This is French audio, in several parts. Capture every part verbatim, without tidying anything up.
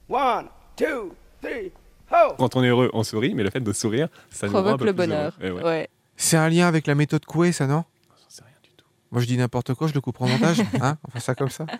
One, two, three, ho! Quand on est heureux, on sourit, mais le fait de sourire, ça nous rend un Provoque peu le plus bonheur. heureux. Eh ouais. Ouais. C'est un lien avec la méthode Coué, ça, non? J'en sais rien du tout. Moi, je dis n'importe quoi, je le coupe en montage. Hein, on fait ça comme ça.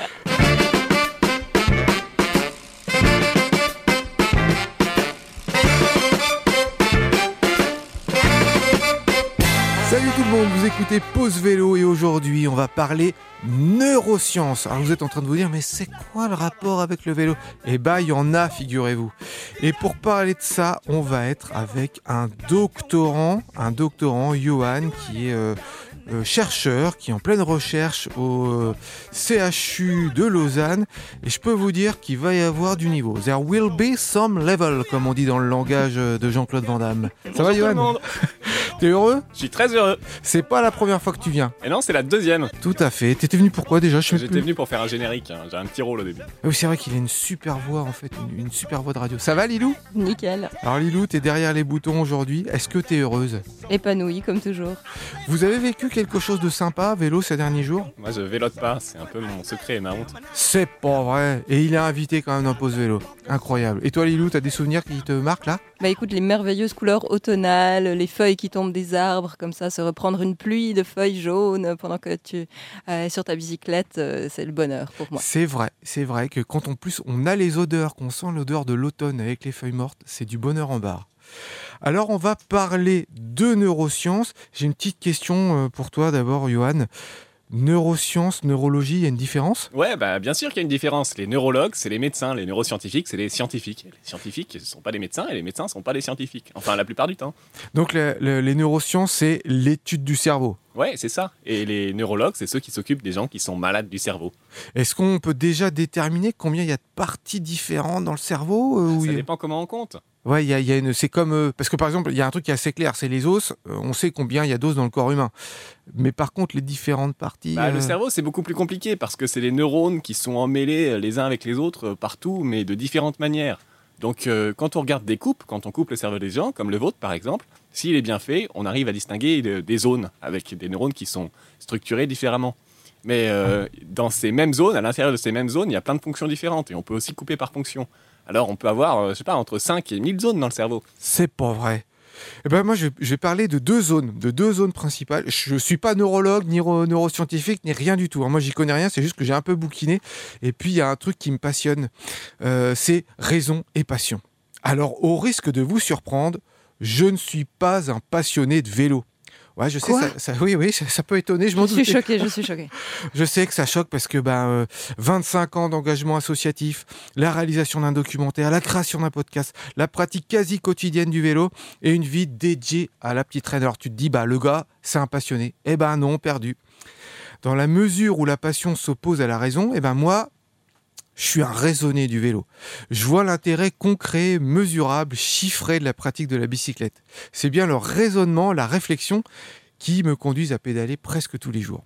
Salut tout le monde, vous écoutez Pause Vélo et aujourd'hui on va parler neurosciences. Alors vous êtes en train de vous dire mais c'est quoi le rapport avec le vélo? Eh ben il y en a, figurez-vous. Et pour parler de ça, on va être avec un doctorant, un doctorant, Johan, qui est euh, euh, chercheur, qui est en pleine recherche au euh, C H U de Lausanne. Et je peux vous dire qu'il va y avoir du niveau. There will be some level, comme on dit dans le langage de Jean-Claude Van Damme. Ça va, Bonjour tout le Johan? monde. T'es heureux? Je suis très heureux. C'est pas la première fois que tu viens. Et non, c'est la deuxième. Tout à fait. T'étais venu pourquoi déjà? Je sais J'étais plus. venu pour faire un générique. hein. J'ai un petit rôle au début. Ah oui, c'est vrai qu'il a une super voix en fait, une, une super voix de radio. Ça va, Lilou? Nickel. Alors Lilou, t'es derrière les boutons aujourd'hui. Est-ce que t'es heureuse? Épanoui comme toujours. Vous avez vécu quelque chose de sympa à vélo ces derniers jours? Moi, je vélote pas. C'est un peu mon secret et ma honte. C'est pas vrai. Et il est invité quand même dans Pause Vélo. Incroyable. Et toi, Lilou, t'as des souvenirs qui te marquent là? Bah écoute, les merveilleuses couleurs automnales, les feuilles qui tombent des arbres, comme ça, se reprendre une pluie de feuilles jaunes pendant que tu euh, es sur ta bicyclette, euh, c'est le bonheur pour moi. C'est vrai, c'est vrai que quand en plus on a les odeurs, qu'on sent l'odeur de l'automne avec les feuilles mortes, c'est du bonheur en barre. Alors on va parler de neurosciences. J'ai une petite question pour toi d'abord, Johan. Neurosciences, neurologie, il y a une différence? Ouais, bah bien sûr qu'il y a une différence. Les neurologues, c'est les médecins. Les neuroscientifiques, c'est les scientifiques. Les scientifiques, ce ne sont pas des médecins et les médecins ne sont pas des scientifiques. Enfin, la plupart du temps. Donc le- le- les neurosciences, c'est l'étude du cerveau. Ouais, c'est ça. Et les neurologues, c'est ceux qui s'occupent des gens qui sont malades du cerveau. Est-ce qu'on peut déjà déterminer combien il y a de parties différentes dans le cerveau euh, ou Ça il y a- dépend comment on compte. Ouais, il y a, il y a une, c'est comme euh, parce que par exemple, il y a un truc qui est assez clair, c'est les os. Euh, on sait combien il y a d'os dans le corps humain, mais par contre, les différentes parties. Bah, euh, Le cerveau, c'est beaucoup plus compliqué parce que c'est les neurones qui sont emmêlés les uns avec les autres euh, partout, mais de différentes manières. Donc, euh, quand on regarde des coupes, quand on coupe le cerveau des gens, comme le vôtre par exemple, s'il est bien fait, on arrive à distinguer de- des zones avec des neurones qui sont structurés différemment. Mais euh, dans ces mêmes zones, à l'intérieur de ces mêmes zones, il y a plein de fonctions différentes et on peut aussi couper par fonction. Alors, on peut avoir, euh, je sais pas, entre cinq et mille zones dans le cerveau. C'est pas vrai. Eh ben moi, je, je vais parler de deux zones, de deux zones principales. Je ne suis pas neurologue, ni neuro- neuroscientifique, ni rien du tout. hein. Moi, j'y connais rien, c'est juste que j'ai un peu bouquiné. Et puis, il y a un truc qui me passionne, euh, c'est raison et passion. Alors, au risque de vous surprendre, je ne suis pas un passionné de vélo. Ouais, je sais, Quoi ça, ça- oui, oui, ça, ça peut étonner, je m'en Je suis doutais. choquée, je suis choquée. Je sais que ça choque parce que ben, euh, vingt-cinq ans d'engagement associatif, la réalisation d'un documentaire, la création d'un podcast, la pratique quasi quotidienne du vélo et une vie dédiée à la petite traîne. Alors tu te dis, bah, le gars, c'est un passionné. Eh ben non, perdu. Dans la mesure où la passion s'oppose à la raison, eh ben moi, je suis un raisonné du vélo. Je vois l'intérêt concret, mesurable, chiffré de la pratique de la bicyclette. C'est bien le raisonnement, la réflexion qui me conduisent à pédaler presque tous les jours.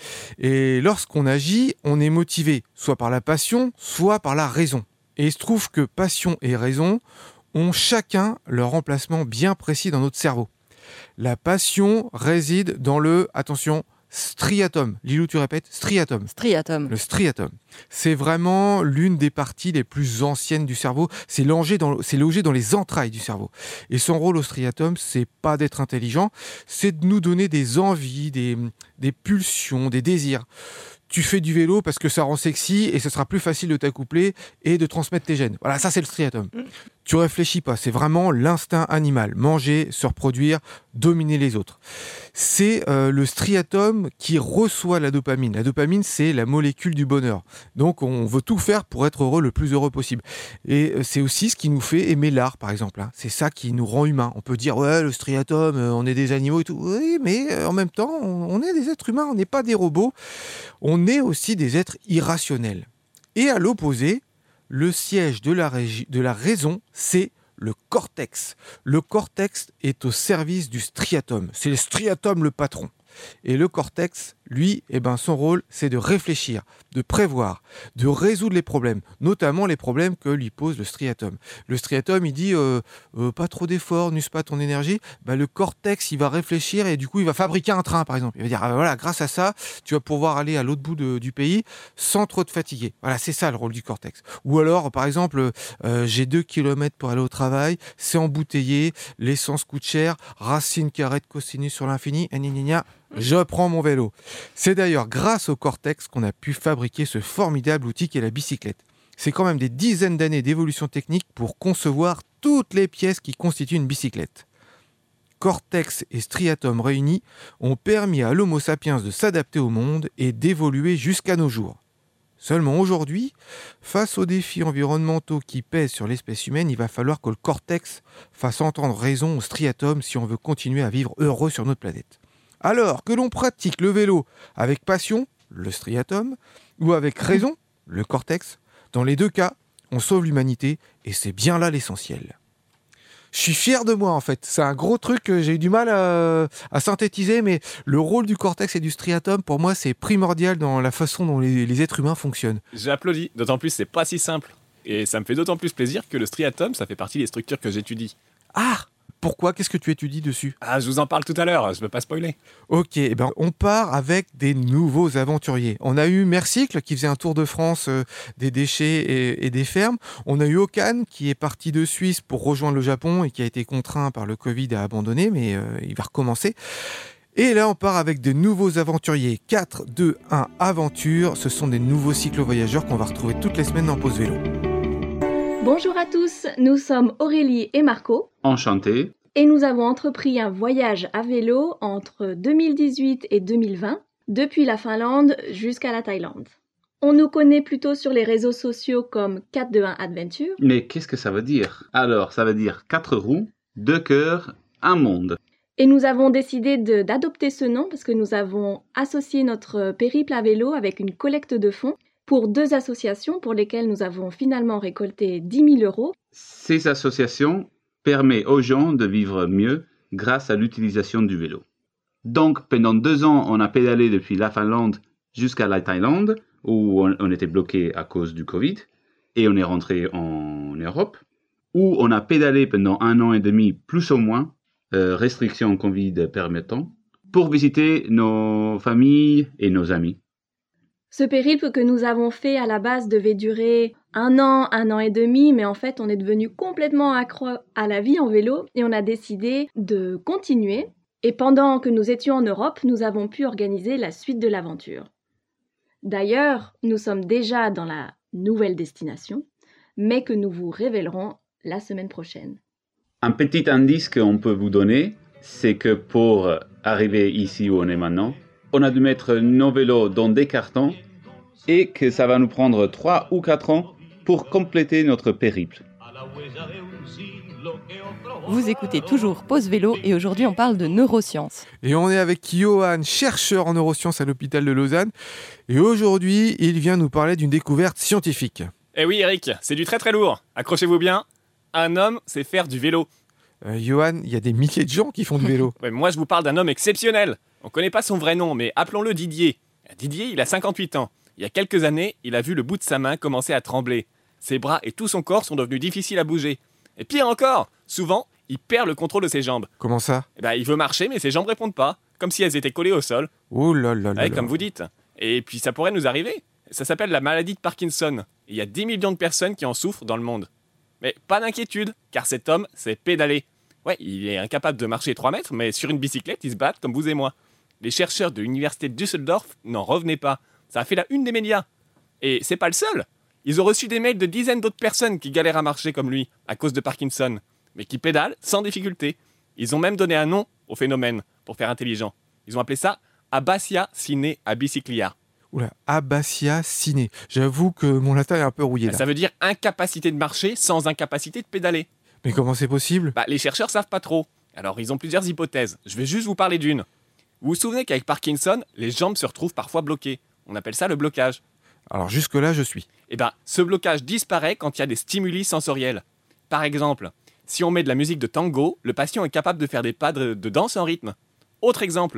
Et lorsqu'on agit, on est motivé soit par la passion, soit par la raison. Et il se trouve que passion et raison ont chacun leur emplacement bien précis dans notre cerveau. La passion réside dans le, attention, striatum. Lilou, tu répètes, striatum. Striatum. Le striatum, c'est vraiment l'une des parties les plus anciennes du cerveau. C'est logé dans, c'est logé dans les entrailles du cerveau. Et son rôle au striatum, c'est pas d'être intelligent, c'est de nous donner des envies, des, des pulsions, des désirs. Tu fais du vélo parce que ça rend sexy et ce sera plus facile de t'accoupler et de transmettre tes gènes. Voilà, ça c'est le striatum. Mmh. Tu réfléchis pas, c'est vraiment l'instinct animal. Manger, se reproduire, dominer les autres. C'est euh, le striatum qui reçoit la dopamine. La dopamine, c'est la molécule du bonheur. Donc on veut tout faire pour être heureux, le plus heureux possible. Et euh, c'est aussi ce qui nous fait aimer l'art, par exemple. Hein. C'est ça qui nous rend humains. On peut dire, ouais, le striatum, euh, on est des animaux et tout. Oui, mais euh, en même temps, on, on est des êtres humains, on n'est pas des robots. On est aussi des êtres irrationnels. Et à l'opposé, le siège de la, régi- de la raison, c'est le cortex. Le cortex est au service du striatum. C'est le striatum le patron. Et le cortex, lui, eh ben, son rôle, c'est de réfléchir, de prévoir, de résoudre les problèmes, notamment les problèmes que lui pose le striatum. Le striatum, il dit euh, euh, pas trop d'efforts, n'use pas ton énergie. Ben, le cortex, il va réfléchir et du coup, il va fabriquer un train, par exemple. Il va dire, ah, voilà, grâce à ça, tu vas pouvoir aller à l'autre bout de, du pays sans trop te fatiguer. Voilà, c'est ça le rôle du cortex. Ou alors, par exemple, euh, j'ai deux kilomètres pour aller au travail, c'est embouteillé, l'essence coûte cher, racine carrée de cosinus sur l'infini, gna, gna, gna, je prends mon vélo. C'est d'ailleurs grâce au cortex qu'on a pu fabriquer ce formidable outil qu'est la bicyclette. C'est quand même des dizaines d'années d'évolution technique pour concevoir toutes les pièces qui constituent une bicyclette. Cortex et striatum réunis ont permis à l'Homo sapiens de s'adapter au monde et d'évoluer jusqu'à nos jours. Seulement aujourd'hui, face aux défis environnementaux qui pèsent sur l'espèce humaine, il va falloir que le cortex fasse entendre raison au striatum si on veut continuer à vivre heureux sur notre planète. Alors que l'on pratique le vélo avec passion, le striatum, ou avec raison, le cortex, dans les deux cas, on sauve l'humanité et c'est bien là l'essentiel. Je suis fier de moi en fait, c'est un gros truc que j'ai eu du mal à, à synthétiser, mais le rôle du cortex et du striatum, pour moi, c'est primordial dans la façon dont les, les êtres humains fonctionnent. J'applaudis, d'autant plus c'est pas si simple. Et ça me fait d'autant plus plaisir que le striatum, ça fait partie des structures que j'étudie. Ah! Pourquoi? Qu'est-ce que tu étudies dessus? Ah, je vous en parle tout à l'heure, je veux pas spoiler. Ok, eh ben on part avec des nouveaux aventuriers. On a eu Mercycle qui faisait un tour de France euh, des déchets et, et des fermes. On a eu Okan qui est parti de Suisse pour rejoindre le Japon et qui a été contraint par le Covid à abandonner, mais euh, il va recommencer. Et là, on part avec de nouveaux aventuriers. quatre, deux, un, aventure. Ce sont des nouveaux cyclo-voyageurs qu'on va retrouver toutes les semaines dans Pause Vélo. Bonjour à tous, nous sommes Aurélie et Marco. Enchanté. Et nous avons entrepris un voyage à vélo entre deux mille dix-huit et deux mille vingt, depuis la Finlande jusqu'à la Thaïlande. On nous connaît plutôt sur les réseaux sociaux comme quatre deux un Adventure. Mais qu'est-ce que ça veut dire? Alors, ça veut dire quatre roues, deux cœurs, un monde. Et nous avons décidé de, d'adopter ce nom parce que nous avons associé notre périple à vélo avec une collecte de fonds pour deux associations pour lesquelles nous avons finalement récolté dix mille euros. Ces associations permettent aux gens de vivre mieux grâce à l'utilisation du vélo. Donc, pendant deux ans, on a pédalé depuis la Finlande jusqu'à la Thaïlande, où on, on était bloqué à cause du Covid, et on est rentré en Europe, où on a pédalé pendant un an et demi, plus ou moins, euh, restrictions Covid permettant, pour visiter nos familles et nos amis. Ce périple que nous avons fait à la base devait durer un an, un an et demi, mais en fait on est devenu complètement accro à la vie en vélo et on a décidé de continuer. Et pendant que nous étions en Europe, nous avons pu organiser la suite de l'aventure. D'ailleurs, nous sommes déjà dans la nouvelle destination, mais que nous vous révélerons la semaine prochaine. Un petit indice qu'on peut vous donner, c'est que pour arriver ici où on est maintenant, on a dû mettre nos vélos dans des cartons et que ça va nous prendre trois ou quatre ans pour compléter notre périple. Vous écoutez toujours Pause Vélo et aujourd'hui on parle de neurosciences. Et on est avec Johan, chercheur en neurosciences à l'hôpital de Lausanne. Et aujourd'hui, il vient nous parler d'une découverte scientifique. Eh oui Eric, c'est du très très lourd. Accrochez-vous bien, un homme sait faire du vélo. Euh, Johan, il y a des milliers de gens qui font du vélo. Ouais, moi je vous parle d'un homme exceptionnel. On ne connaît pas son vrai nom, mais appelons-le Didier. Didier, il a cinquante-huit ans. Il y a quelques années, il a vu le bout de sa main commencer à trembler. Ses bras et tout son corps sont devenus difficiles à bouger. Et pire encore, souvent, il perd le contrôle de ses jambes. Comment ça? Eh ben, il veut marcher, mais ses jambes répondent pas, comme si elles étaient collées au sol. Oh là là là Ouais, là. comme vous dites. Et puis ça pourrait nous arriver. Ça s'appelle la maladie de Parkinson. Et il y a dix millions de personnes qui en souffrent dans le monde. Mais pas d'inquiétude, car cet homme sait pédaler. Ouais, il est incapable de marcher trois mètres, mais sur une bicyclette, il se bat comme vous et moi. Les chercheurs de l'université de Düsseldorf n'en revenaient pas. Ça a fait la une des médias. Et c'est pas le seul. Ils ont reçu des mails de dizaines d'autres personnes qui galèrent à marcher comme lui, à cause de Parkinson, mais qui pédalent sans difficulté. Ils ont même donné un nom au phénomène, pour faire intelligent. Ils ont appelé ça Abasia Cine Abiciclia. Oula, Abasia Cine. J'avoue que mon latin est un peu rouillé là. Ça veut dire incapacité de marcher sans incapacité de pédaler. Mais comment c'est possible? Bah, les chercheurs savent pas trop. Alors, ils ont plusieurs hypothèses. Je vais juste vous parler d'une. Vous vous souvenez qu'avec Parkinson, les jambes se retrouvent parfois bloquées. On appelle ça le blocage. Alors jusque-là, je suis. Eh ben, ce blocage disparaît quand il y a des stimuli sensoriels. Par exemple, si on met de la musique de tango, le patient est capable de faire des pas de, de danse en rythme. Autre exemple,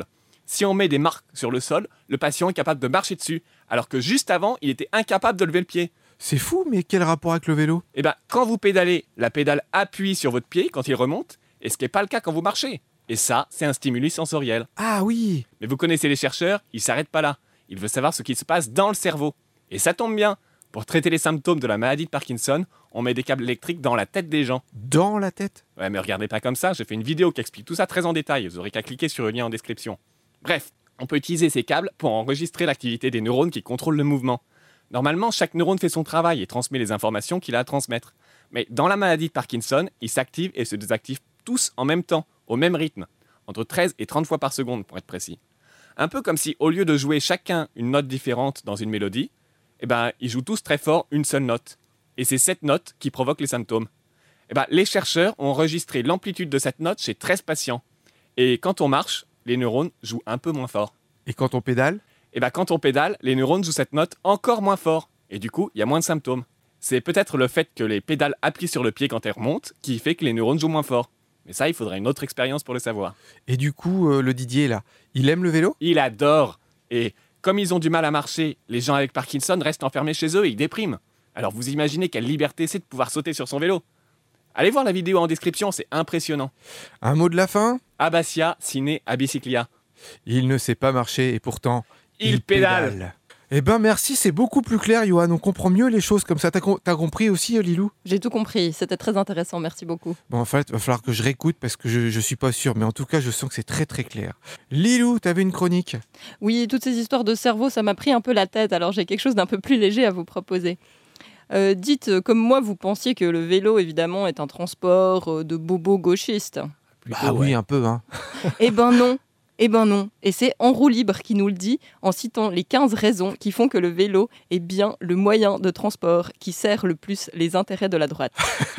Si on met des marques sur le sol, le patient est capable de marcher dessus, alors que juste avant, il était incapable de lever le pied. C'est fou, mais quel rapport avec le vélo? Eh bien, quand vous pédalez, la pédale appuie sur votre pied quand il remonte, et ce qui n'est pas le cas quand vous marchez. Et ça, c'est un stimulus sensoriel. Ah oui. Mais vous connaissez les chercheurs, ils ne s'arrêtent pas là. Ils veulent savoir ce qui se passe dans le cerveau. Et ça tombe bien. Pour traiter les symptômes de la maladie de Parkinson, on met des câbles électriques dans la tête des gens. Dans la tête? Ouais, mais regardez pas comme ça, j'ai fait une vidéo qui explique tout ça très en détail. Vous aurez qu'à cliquer sur le lien en description. Bref, on peut utiliser ces câbles pour enregistrer l'activité des neurones qui contrôlent le mouvement. Normalement, chaque neurone fait son travail et transmet les informations qu'il a à transmettre. Mais dans la maladie de Parkinson, ils s'activent et se désactivent tous en même temps, au même rythme, entre treize et trente fois par seconde pour être précis. Un peu comme si, au lieu de jouer chacun une note différente dans une mélodie, eh ben, ils jouent tous très fort une seule note. Et c'est cette note qui provoque les symptômes. Eh ben, les chercheurs ont enregistré l'amplitude de cette note chez treize patients. Et quand on marche, les neurones jouent un peu moins fort. Et quand on pédale? Et bien quand on pédale, les neurones jouent cette note encore moins fort. Et du coup, il y a moins de symptômes. C'est peut-être le fait que les pédales appuient sur le pied quand elles remontent qui fait que les neurones jouent moins fort. Mais ça, il faudrait une autre expérience pour le savoir. Et du coup, euh, le Didier, là, il aime le vélo? Il adore. Et comme ils ont du mal à marcher, les gens avec Parkinson restent enfermés chez eux et ils dépriment. Alors vous imaginez quelle liberté c'est de pouvoir sauter sur son vélo. Allez voir la vidéo en description, c'est impressionnant. Un mot de la fin? Abbassia, ciné, abiciclia. Il ne sait pas marcher et pourtant, Il, il pédale. pédale. Eh ben merci, c'est beaucoup plus clair, Johan. On comprend mieux les choses comme ça. T'as, com- t'as compris aussi, Lilou? J'ai tout compris, c'était très intéressant, merci beaucoup. Bon, en fait, il va falloir que je réécoute parce que je, je suis pas sûr. Mais en tout cas, je sens que c'est très très clair. Lilou, t'avais une chronique? Oui, toutes ces histoires de cerveau, ça m'a pris un peu la tête, alors j'ai quelque chose d'un peu plus léger à vous proposer. Euh, dites, euh, comme moi, vous pensiez que le vélo, évidemment, est un transport euh, de bobos gauchistes. Plutôt, Bah oui, ouais. un peu, hein. Eh ben non, eh ben non. Et c'est En roue libre qui nous le dit en citant les quinze raisons qui font que le vélo est bien le moyen de transport qui sert le plus les intérêts de la droite.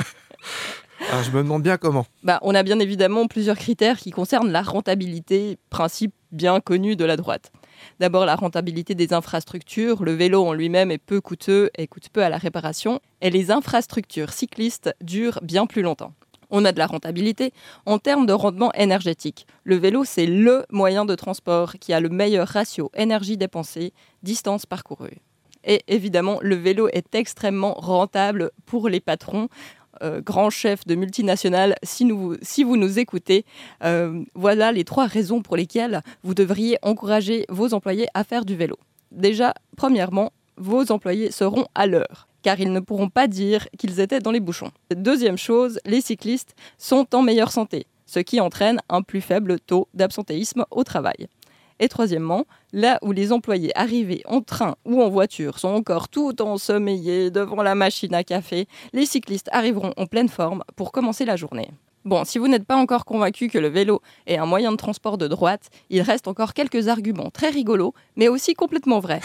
Alors, je me demande bien comment. Bah, on a bien évidemment plusieurs critères qui concernent la rentabilité, principe bien connu de la droite. D'abord, la rentabilité des infrastructures. Le vélo en lui-même est peu coûteux et coûte peu à la réparation. Et les infrastructures cyclistes durent bien plus longtemps. On a de la rentabilité en termes de rendement énergétique. Le vélo, c'est le moyen de transport qui a le meilleur ratio énergie dépensée, distance parcourue. Et évidemment, le vélo est extrêmement rentable pour les patrons. Euh, grands chefs de multinationales, si, nous, si vous nous écoutez, euh, voilà les trois raisons pour lesquelles vous devriez encourager vos employés à faire du vélo. Déjà, premièrement, vos employés seront à l'heure, car ils ne pourront pas dire qu'ils étaient dans les bouchons. Deuxième chose, les cyclistes sont en meilleure santé, ce qui entraîne un plus faible taux d'absentéisme au travail. Et troisièmement, là où les employés arrivés en train ou en voiture sont encore tout ensommeillés devant la machine à café, les cyclistes arriveront en pleine forme pour commencer la journée. Bon, si vous n'êtes pas encore convaincu que le vélo est un moyen de transport de droite, il reste encore quelques arguments très rigolos, mais aussi complètement vrais.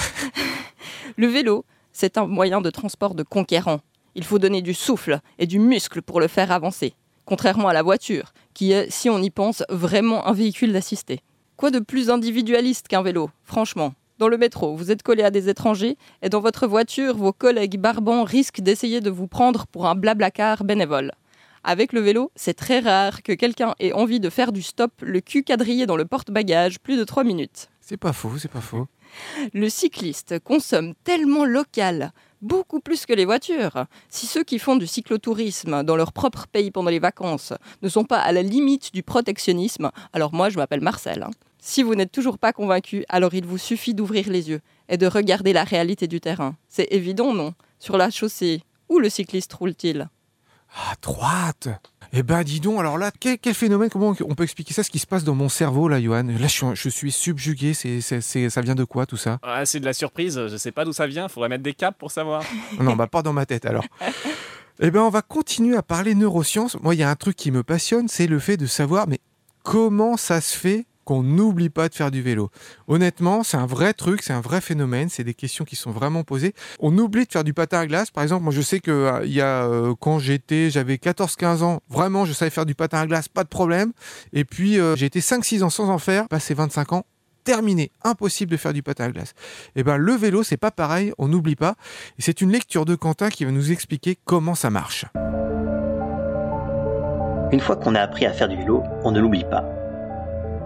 Le vélo, c'est un moyen de transport de conquérant. Il faut donner du souffle et du muscle pour le faire avancer, contrairement à la voiture, qui est, si on y pense, vraiment un véhicule d'assisté. Quoi de plus individualiste qu'un vélo, franchement? Dans le métro, vous êtes collé à des étrangers et dans votre voiture, vos collègues barbants risquent d'essayer de vous prendre pour un blablacar bénévole. Avec le vélo, c'est très rare que quelqu'un ait envie de faire du stop, le cul quadrillé dans le porte-bagages, plus de trois minutes. C'est pas faux, c'est pas faux. Le cycliste consomme tellement local, beaucoup plus que les voitures. Si ceux qui font du cyclotourisme dans leur propre pays pendant les vacances ne sont pas à la limite du protectionnisme, alors moi je m'appelle Marcel. Hein. Si vous n'êtes toujours pas convaincu, alors il vous suffit d'ouvrir les yeux et de regarder la réalité du terrain. C'est évident, non? Sur la chaussée, où le cycliste roule-t-il? À droite. Eh ben dis donc, alors là, quel, quel phénomène, comment on peut expliquer ça, ce qui se passe dans mon cerveau là, Johan? Là, je suis, je suis subjugué, c'est, c'est, c'est, ça vient de quoi tout ça? Ah, c'est de la surprise, je sais pas d'où ça vient, faudrait mettre des câbles pour savoir. Non, bah pas dans ma tête alors. Eh ben on va continuer à parler neurosciences. Moi, il y a un truc qui me passionne, c'est le fait de savoir, mais comment ça se fait qu'on n'oublie pas de faire du vélo? Honnêtement, c'est un vrai truc, c'est un vrai phénomène, c'est des questions qui sont vraiment posées. On oublie de faire du patin à glace. Par exemple, moi je sais que euh, il y a, euh, quand j'étais, j'avais quatorze quinze ans, vraiment je savais faire du patin à glace, pas de problème. Et puis euh, j'ai été cinq six ans sans en faire, passé vingt-cinq ans, terminé, impossible de faire du patin à glace. Et ben le vélo, c'est pas pareil, on n'oublie pas. Et c'est une lecture de Quentin qui va nous expliquer comment ça marche. Une fois qu'on a appris à faire du vélo, on ne l'oublie pas.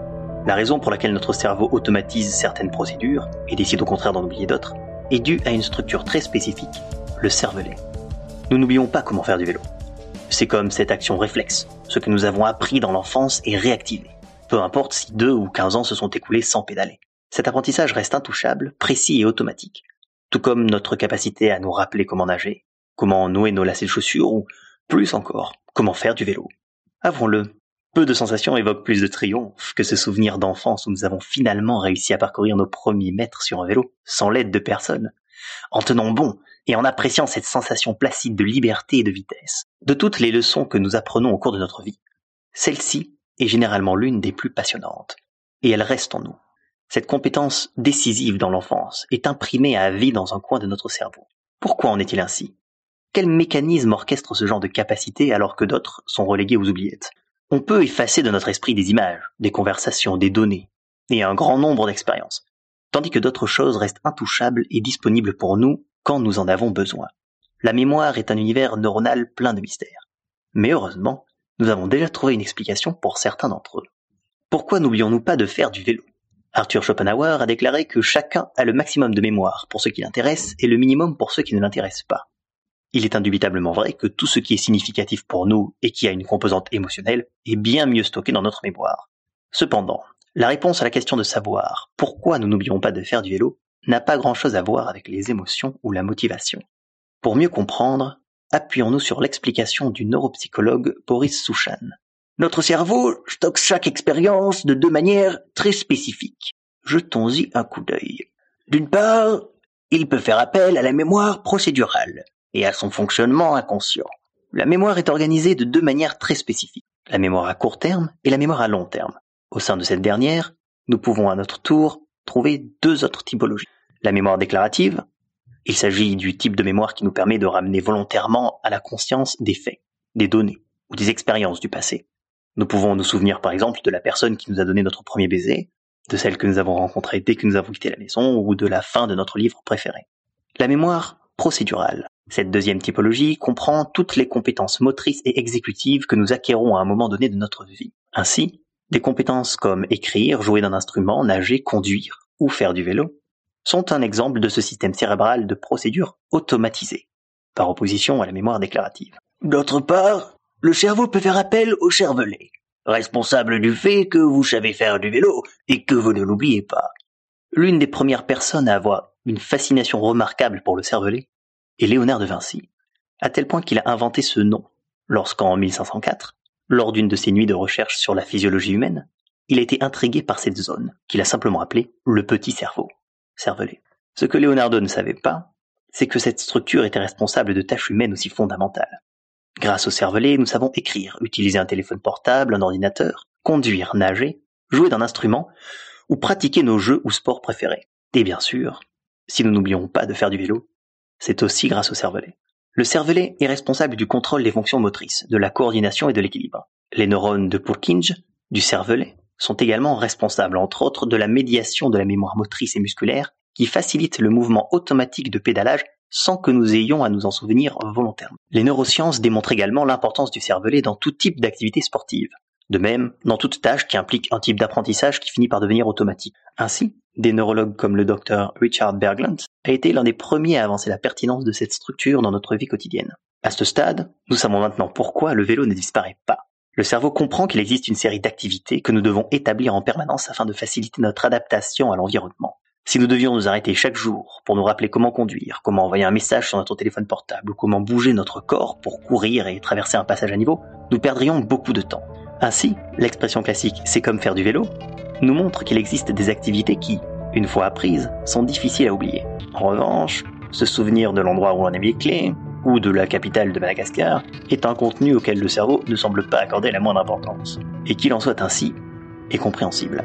La raison pour laquelle notre cerveau automatise certaines procédures et décide au contraire d'en oublier d'autres est due à une structure très spécifique, le cervelet. Nous n'oublions pas comment faire du vélo. C'est comme cette action réflexe, ce que nous avons appris dans l'enfance est réactivé. Peu importe si deux ou quinze ans se sont écoulés sans pédaler. Cet apprentissage reste intouchable, précis et automatique. Tout comme notre capacité à nous rappeler comment nager, comment nouer nos lacets de chaussures ou, plus encore, comment faire du vélo. Avouons-le, peu de sensations évoquent plus de triomphe que ce souvenir d'enfance où nous avons finalement réussi à parcourir nos premiers mètres sur un vélo, sans l'aide de personne, en tenant bon et en appréciant cette sensation placide de liberté et de vitesse. De toutes les leçons que nous apprenons au cours de notre vie, celle-ci est généralement l'une des plus passionnantes, et elle reste en nous. Cette compétence décisive dans l'enfance est imprimée à vie dans un coin de notre cerveau. Pourquoi en est-il ainsi ? Quel mécanisme orchestre ce genre de capacité alors que d'autres sont relégués aux oubliettes ? On peut effacer de notre esprit des images, des conversations, des données, et un grand nombre d'expériences, tandis que d'autres choses restent intouchables et disponibles pour nous quand nous en avons besoin. La mémoire est un univers neuronal plein de mystères. Mais heureusement, nous avons déjà trouvé une explication pour certains d'entre eux. Pourquoi n'oublions-nous pas de faire du vélo ? Arthur Schopenhauer a déclaré que chacun a le maximum de mémoire pour ce qui l'intéresse et le minimum pour ce qui ne l'intéresse pas. Il est indubitablement vrai que tout ce qui est significatif pour nous et qui a une composante émotionnelle est bien mieux stocké dans notre mémoire. Cependant, la réponse à la question de savoir pourquoi nous n'oublions pas de faire du vélo n'a pas grand-chose à voir avec les émotions ou la motivation. Pour mieux comprendre, appuyons-nous sur l'explication du neuropsychologue Boris Souchan. Notre cerveau stocke chaque expérience de deux manières très spécifiques. Jetons-y un coup d'œil. D'une part, il peut faire appel à la mémoire procédurale et à son fonctionnement inconscient. La mémoire est organisée de deux manières très spécifiques, la mémoire à court terme et la mémoire à long terme. Au sein de cette dernière, nous pouvons à notre tour trouver deux autres typologies. La mémoire déclarative, il s'agit du type de mémoire qui nous permet de ramener volontairement à la conscience des faits, des données ou des expériences du passé. Nous pouvons nous souvenir par exemple de la personne qui nous a donné notre premier baiser, de celle que nous avons rencontrée dès que nous avons quitté la maison ou de la fin de notre livre préféré. La mémoire procédurale. Cette deuxième typologie comprend toutes les compétences motrices et exécutives que nous acquérons à un moment donné de notre vie. Ainsi, des compétences comme écrire, jouer d'un instrument, nager, conduire ou faire du vélo sont un exemple de ce système cérébral de procédure automatisée, par opposition à la mémoire déclarative. D'autre part, le cerveau peut faire appel au cervelet, responsable du fait que vous savez faire du vélo et que vous ne l'oubliez pas. L'une des premières personnes à avoir une fascination remarquable pour le cervelet est Léonard de Vinci, à tel point qu'il a inventé ce nom lorsqu'en mille cinq cent quatre, lors d'une de ses nuits de recherche sur la physiologie humaine, il a été intrigué par cette zone qu'il a simplement appelée le petit cerveau, cervelet. Ce que Leonardo ne savait pas, c'est que cette structure était responsable de tâches humaines aussi fondamentales. Grâce au cervelet, nous savons écrire, utiliser un téléphone portable, un ordinateur, conduire, nager, jouer d'un instrument ou pratiquer nos jeux ou sports préférés. Et bien sûr, si nous n'oublions pas de faire du vélo, c'est aussi grâce au cervelet. Le cervelet est responsable du contrôle des fonctions motrices, de la coordination et de l'équilibre. Les neurones de Purkinje, du cervelet, sont également responsables, entre autres, de la médiation de la mémoire motrice et musculaire qui facilite le mouvement automatique de pédalage sans que nous ayons à nous en souvenir volontairement. Les neurosciences démontrent également l'importance du cervelet dans tout type d'activité sportive. De même, dans toute tâche qui implique un type d'apprentissage qui finit par devenir automatique. Ainsi, des neurologues comme le docteur Richard Berglund a été l'un des premiers à avancer la pertinence de cette structure dans notre vie quotidienne. À ce stade, nous savons maintenant pourquoi le vélo ne disparaît pas. Le cerveau comprend qu'il existe une série d'activités que nous devons établir en permanence afin de faciliter notre adaptation à l'environnement. Si nous devions nous arrêter chaque jour pour nous rappeler comment conduire, comment envoyer un message sur notre téléphone portable ou comment bouger notre corps pour courir et traverser un passage à niveau, nous perdrions beaucoup de temps. Ainsi, l'expression classique « c'est comme faire du vélo » nous montre qu'il existe des activités qui, une fois apprises, sont difficiles à oublier. En revanche, se souvenir de l'endroit où on a mis les clés, ou de la capitale de Madagascar, est un contenu auquel le cerveau ne semble pas accorder la moindre importance. Et qu'il en soit ainsi, est compréhensible.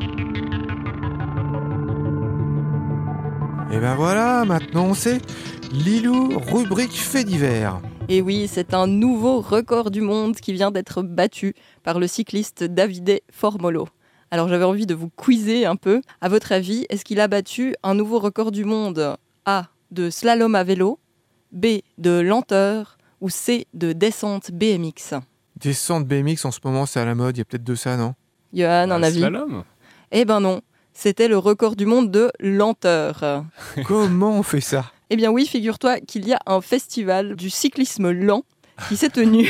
Et ben voilà, maintenant on sait. Lilou, rubrique fait divers. Et oui, c'est un nouveau record du monde qui vient d'être battu par le cycliste Davide Formolo. Alors j'avais envie de vous quizer un peu. À votre avis, est-ce qu'il a battu un nouveau record du monde A, de slalom à vélo, B, de lenteur ou C, de descente B M X? Descente B M X en ce moment c'est à la mode, il y a peut-être de ça, non? Johan, un Ah, avis? Slalom. Eh ben non, c'était le record du monde de lenteur. Comment on fait ça? Eh bien oui, figure-toi qu'il y a un festival du cyclisme lent qui s'est tenu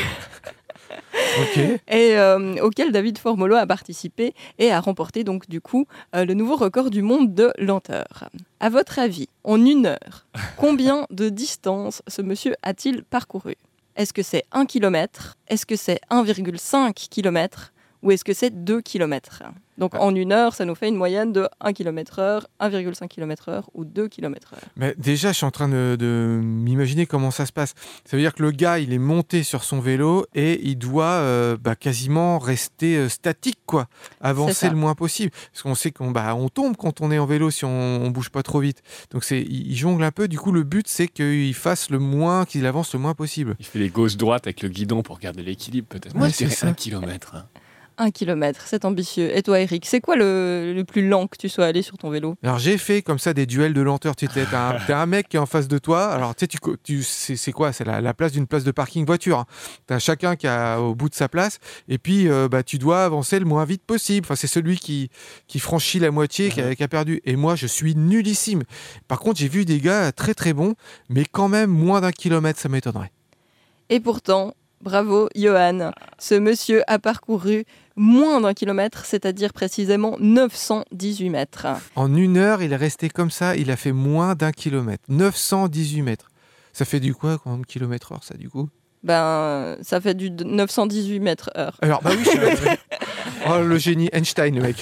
Ok. et euh, auquel David Formolo a participé et a remporté donc du coup euh, le nouveau record du monde de lenteur. À votre avis, en une heure, combien de distance ce monsieur a-t-il parcouru? Est-ce que c'est un kilomètre? Est-ce que c'est un virgule cinq kilomètres? Ou est-ce que c'est deux kilomètres? Donc en une heure, ça nous fait une moyenne de un kilomètre heure, un virgule cinq kilomètre heure ou deux kilomètres heure. Mais déjà, je suis en train de, de m'imaginer comment ça se passe. Ça veut dire que le gars, il est monté sur son vélo et il doit euh, bah, quasiment rester euh, statique, quoi. Avancer le moins possible. Parce qu'on sait qu'on bah, on tombe quand on est en vélo si on, on bouge pas trop vite. Donc c'est, il, il jongle un peu. Du coup, le but, c'est qu'il fasse le moins, qu'il avance le moins possible. Il fait les gauches-droites avec le guidon pour garder l'équilibre, peut-être. Moi, Ouais, je dirais c'est ça. un kilomètre. Hein. Un kilomètre, c'est ambitieux. Et toi, Eric, c'est quoi le, le plus lent que tu sois allé sur ton vélo? Alors j'ai fait comme ça des duels de lenteur. Tu sais, t'as un, t'as un mec qui est en face de toi. Alors tu sais, tu, co- tu, c'est, c'est quoi? C'est la, la place d'une place de parking voiture. Hein. T'as chacun qui a au bout de sa place. Et puis euh, bah, tu dois avancer le moins vite possible. Enfin, c'est celui qui, qui franchit la moitié qui a, qui a perdu. Et moi, je suis nullissime. Par contre, j'ai vu des gars très très bons, mais quand même moins d'un kilomètre, ça m'étonnerait. Et pourtant, bravo, Johan. Ce monsieur a parcouru moins d'un kilomètre, c'est-à-dire précisément neuf cent dix-huit mètres. En une heure, il est resté comme ça. Il a fait moins d'un kilomètre. neuf cent dix-huit mètres. Ça fait du quoi, quand même, kilomètre heure, ça, du coup? Ben, ça fait du neuf cent dix-huit mètres heure. Alors, bah oui, je suis... Oh, le génie, Einstein, le mec.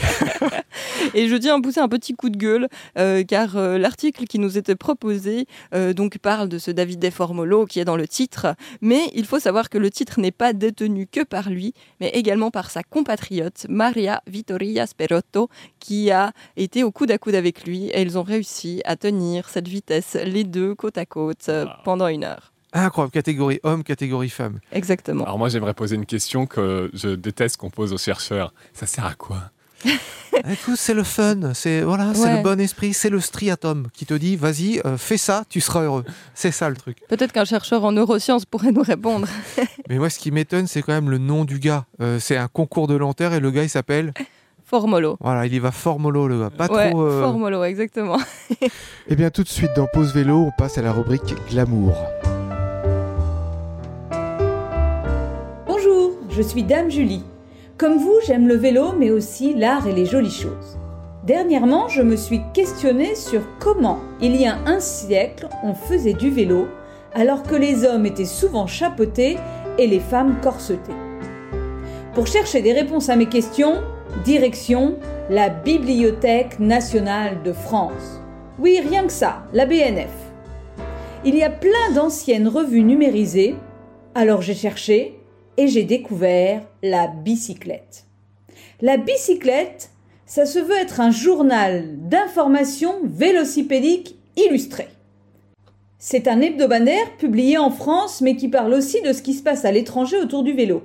Et je tiens à pousser un petit coup de gueule, euh, car euh, l'article qui nous était proposé euh, donc parle de ce David De Formolo qui est dans le titre, mais il faut savoir que le titre n'est pas détenu que par lui, mais également par sa compatriote Maria Vittoria Sperotto, qui a été au coude à coude avec lui, et ils ont réussi à tenir cette vitesse, les deux côte à côte, euh, Wow. pendant une heure. Incroyable, catégorie homme, catégorie femme. Exactement. Alors moi, j'aimerais poser une question que je déteste qu'on pose aux chercheurs. Ça sert à quoi? Écoute, c'est le fun, c'est voilà, c'est Ouais. le bon esprit, c'est le striatum qui te dit vas-y, euh, fais ça, tu seras heureux. C'est ça le truc. Peut-être qu'un chercheur en neurosciences pourrait nous répondre. Mais moi, ce qui m'étonne, c'est quand même le nom du gars. Euh, c'est un concours de lenteur et le gars, il s'appelle. Formolo. Voilà, il y va fort mollo, le gars. Pas ouais, trop. euh, Formolo, exactement. Et bien tout de suite dans Pause Vélo, on passe à la rubrique Glamour. Bonjour, je suis Dame Julie. Comme vous, j'aime le vélo, mais aussi l'art et les jolies choses. Dernièrement, je me suis questionnée sur comment, il y a un siècle, on faisait du vélo, alors que les hommes étaient souvent chapeautés et les femmes corsetées. Pour chercher des réponses à mes questions, direction la Bibliothèque nationale de France. Oui, rien que ça, la B N F. Il y a plein d'anciennes revues numérisées, alors j'ai cherché et j'ai découvert la bicyclette. La bicyclette, ça se veut être un journal d'information vélocipédique illustré. C'est un hebdomadaire publié en France, mais qui parle aussi de ce qui se passe à l'étranger autour du vélo.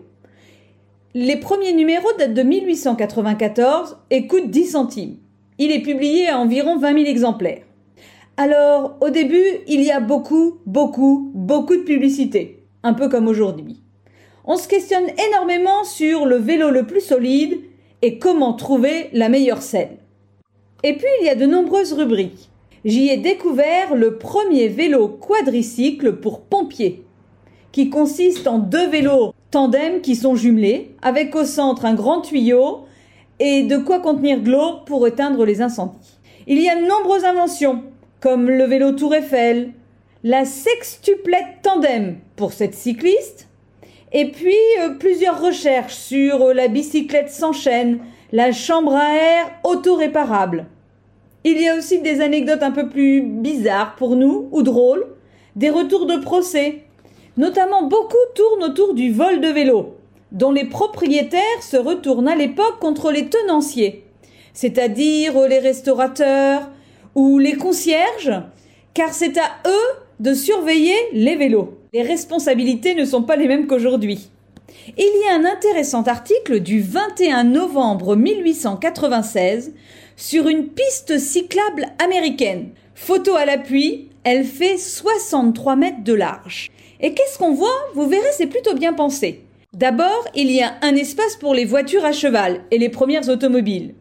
Les premiers numéros datent de mille huit cent quatre-vingt-quatorze et coûtent dix centimes. Il est publié à environ vingt mille exemplaires. Alors, au début, il y a beaucoup, beaucoup, beaucoup de publicité, un peu comme aujourd'hui. On se questionne énormément sur le vélo le plus solide et comment trouver la meilleure selle. Et puis, il y a de nombreuses rubriques. J'y ai découvert le premier vélo quadricycle pour pompiers, qui consiste en deux vélos tandem qui sont jumelés, avec au centre un grand tuyau et de quoi contenir de l'eau pour éteindre les incendies. Il y a de nombreuses inventions, comme le vélo Tour Eiffel, la sextuplette tandem pour cette cycliste, et puis euh, plusieurs recherches sur euh, la bicyclette sans chaîne, la chambre à air auto-réparable. Il y a aussi des anecdotes un peu plus bizarres pour nous, ou drôles, des retours de procès. Notamment, beaucoup tournent autour du vol de vélo, dont les propriétaires se retournent à l'époque contre les tenanciers, c'est-à-dire les restaurateurs ou les concierges, car c'est à eux de surveiller les vélos. Les responsabilités ne sont pas les mêmes qu'aujourd'hui. Il y a un intéressant article du vingt et un novembre mille huit cent quatre-vingt-seize sur une piste cyclable américaine. Photo à l'appui, elle fait soixante-trois mètres de large. Et qu'est-ce qu'on voit? Vous verrez, c'est plutôt bien pensé. D'abord, il y a un espace pour les voitures à cheval et les premières automobiles.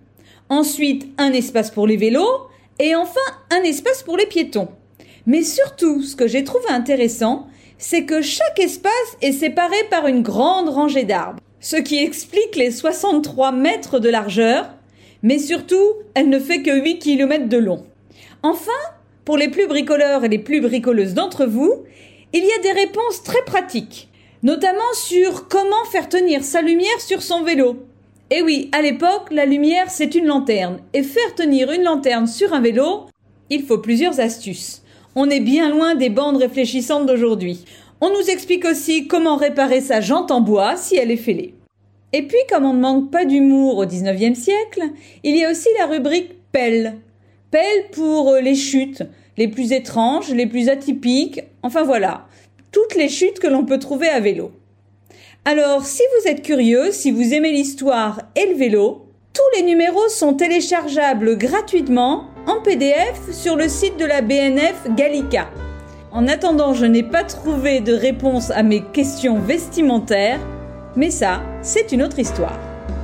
Ensuite, un espace pour les vélos. Et enfin, un espace pour les piétons. Mais surtout, ce que j'ai trouvé intéressant, c'est que chaque espace est séparé par une grande rangée d'arbres. Ce qui explique les soixante-trois mètres de largeur. Mais surtout, elle ne fait que huit kilomètres de long. Enfin, pour les plus bricoleurs et les plus bricoleuses d'entre vous, il y a des réponses très pratiques, notamment sur comment faire tenir sa lumière sur son vélo. Et oui, à l'époque, la lumière, c'est une lanterne. Et faire tenir une lanterne sur un vélo, il faut plusieurs astuces. On est bien loin des bandes réfléchissantes d'aujourd'hui. On nous explique aussi comment réparer sa jante en bois si elle est fêlée. Et puis, comme on ne manque pas d'humour au dix-neuvième siècle, il y a aussi la rubrique pelle. Pelle pour les chutes, les plus étranges, les plus atypiques, enfin voilà, toutes les chutes que l'on peut trouver à vélo. Alors, si vous êtes curieux, si vous aimez l'histoire et le vélo, tous les numéros sont téléchargeables gratuitement en P D F sur le site de la B N F Gallica. En attendant, je n'ai pas trouvé de réponse à mes questions vestimentaires, mais ça, c'est une autre histoire.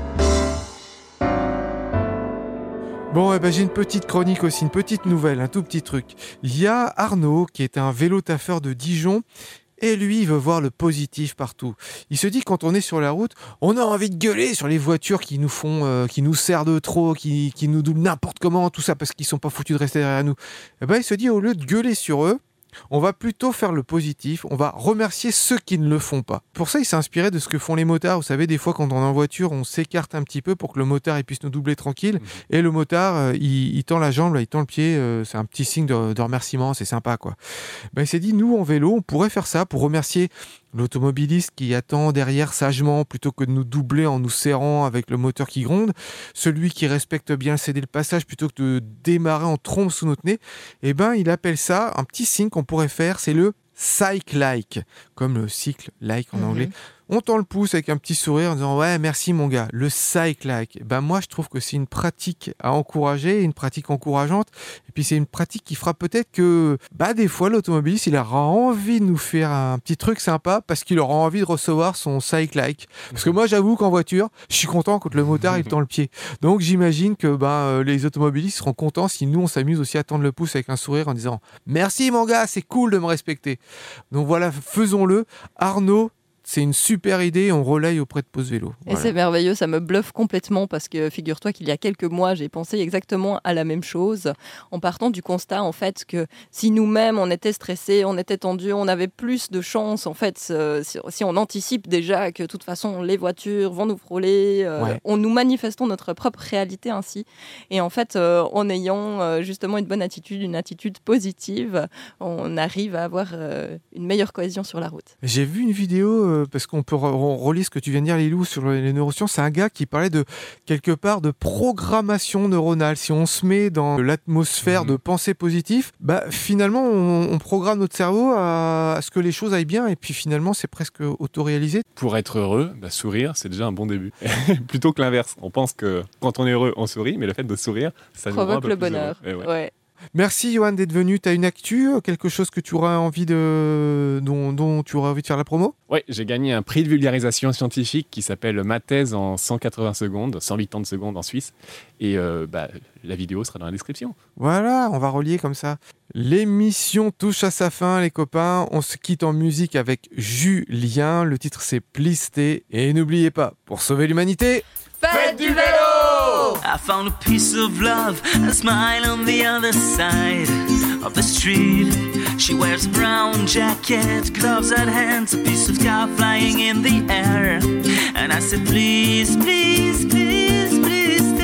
Bon, eh ben, j'ai une petite chronique aussi, une petite nouvelle, un tout petit truc. Il y a Arnaud, qui est un vélo-taffeur de Dijon, et lui, il veut voir le positif partout. Il se dit que quand on est sur la route, on a envie de gueuler sur les voitures qui nous font, euh, qui nous serrent de trop, qui, qui nous doublent n'importe comment, tout ça, parce qu'ils sont pas foutus de rester derrière nous. Eh ben, il se dit, au lieu de gueuler sur eux, on va plutôt faire le positif, on va remercier ceux qui ne le font pas. Pour ça, il s'est inspiré de ce que font les motards. Vous savez, des fois, quand on est en voiture, on s'écarte un petit peu pour que le motard il puisse nous doubler tranquille. Mmh. Et le motard, euh, il, il tend la jambe, là, il tend le pied. Euh, c'est un petit signe de, de remerciement, c'est sympa, quoi. Ben, il s'est dit, nous, en vélo, on pourrait faire ça pour remercier l'automobiliste qui attend derrière sagement plutôt que de nous doubler en nous serrant avec le moteur qui gronde, celui qui respecte bien céder le passage plutôt que de démarrer en trombe sous notre nez, eh ben, il appelle ça, un petit signe qu'on pourrait faire, c'est le cycle-like, comme le cycle-like en mmh. anglais. On tend le pouce avec un petit sourire en disant « Ouais, merci mon gars, le cycle-like ». Ben moi, je trouve que c'est une pratique à encourager, une pratique encourageante. Et puis, c'est une pratique qui fera peut-être que, bah, des fois, l'automobiliste, il aura envie de nous faire un petit truc sympa parce qu'il aura envie de recevoir son cycle-like. Parce que moi, j'avoue qu'en voiture, je suis content quand le motard, il tend le pied. Donc, j'imagine que bah, les automobilistes seront contents si nous, on s'amuse aussi à tendre le pouce avec un sourire en disant « Merci mon gars, c'est cool de me respecter ». Donc voilà, faisons-le. Arnaud, c'est une super idée, on relaye auprès de Pause Vélo. Voilà. Et c'est merveilleux, ça me bluffe complètement parce que figure-toi qu'il y a quelques mois, j'ai pensé exactement à la même chose en partant du constat en fait que si nous-mêmes on était stressés, on était tendus, on avait plus de chance en fait euh, si, si on anticipe déjà que de toute façon les voitures vont nous frôler, euh, ouais. on nous manifestons notre propre réalité ainsi. Et en fait, euh, en ayant euh, justement une bonne attitude, une attitude positive, on arrive à avoir euh, une meilleure cohésion sur la route. J'ai vu une vidéo euh, parce qu'on peut re- relier ce que tu viens de dire, Lilou, sur les neurosciences. C'est un gars qui parlait de quelque part de programmation neuronale. Si on se met dans l'atmosphère mmh. de pensée positive, bah, finalement, on, on programme notre cerveau à, à ce que les choses aillent bien et puis finalement, c'est presque autoréalisé. Pour être heureux, bah, sourire, c'est déjà un bon début. Plutôt que l'inverse. On pense que quand on est heureux, on sourit, mais le fait de sourire, ça provoque nous rend un peu le plus bonheur. Heureux. Ouais. Ouais. Merci Johan d'être venu. Tu as une actu, quelque chose que tu auras envie de, dont, dont tu auras envie de faire la promo ? Oui, j'ai gagné un prix de vulgarisation scientifique qui s'appelle Ma thèse en cent quatre-vingts secondes, cent quatre-vingts secondes en Suisse. Et euh, bah, la vidéo sera dans la description. Voilà, on va relier comme ça. L'émission touche à sa fin, les copains. On se quitte en musique avec Julien. Le titre, c'est Plisté. Et n'oubliez pas, pour sauver l'humanité, faites du vélo! I found a piece of love, a smile on the other side of the street. She wears a brown jacket, gloves at hands, a piece of sky flying in the air. And I said, please, please, please, please stay.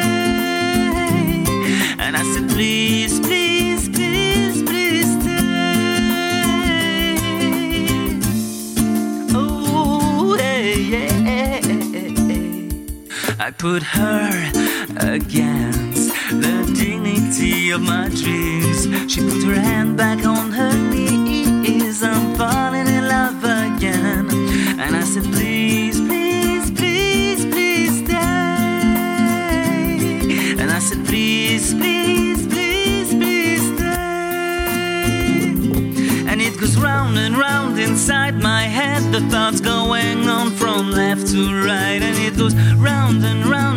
And I said, please, please, please, please stay. Oh, yeah, yeah. I put her against the dignity of my dreams. She put her hand back on her knees. I'm falling in love again. And I said, please, please, please, please stay. And I said, please, please, please, please stay. And it goes round and round inside my head. The thoughts going on from left to right. And it goes round and round